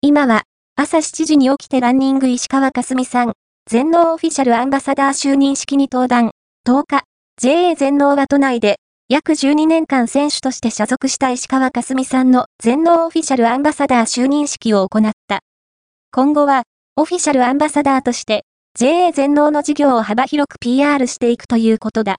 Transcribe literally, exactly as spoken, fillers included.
今は、朝しちじに起きてランニング石川佳純さん、全農オフィシャルアンバサダー就任式に登壇。とおか、ジェーエー 全農は都内で、約じゅうにねんかん選手として所属した石川佳純さんの全農オフィシャルアンバサダー就任式を行った。今後は、オフィシャルアンバサダーとして、ジェーエー 全農の事業を幅広く ピーアール していくということだ。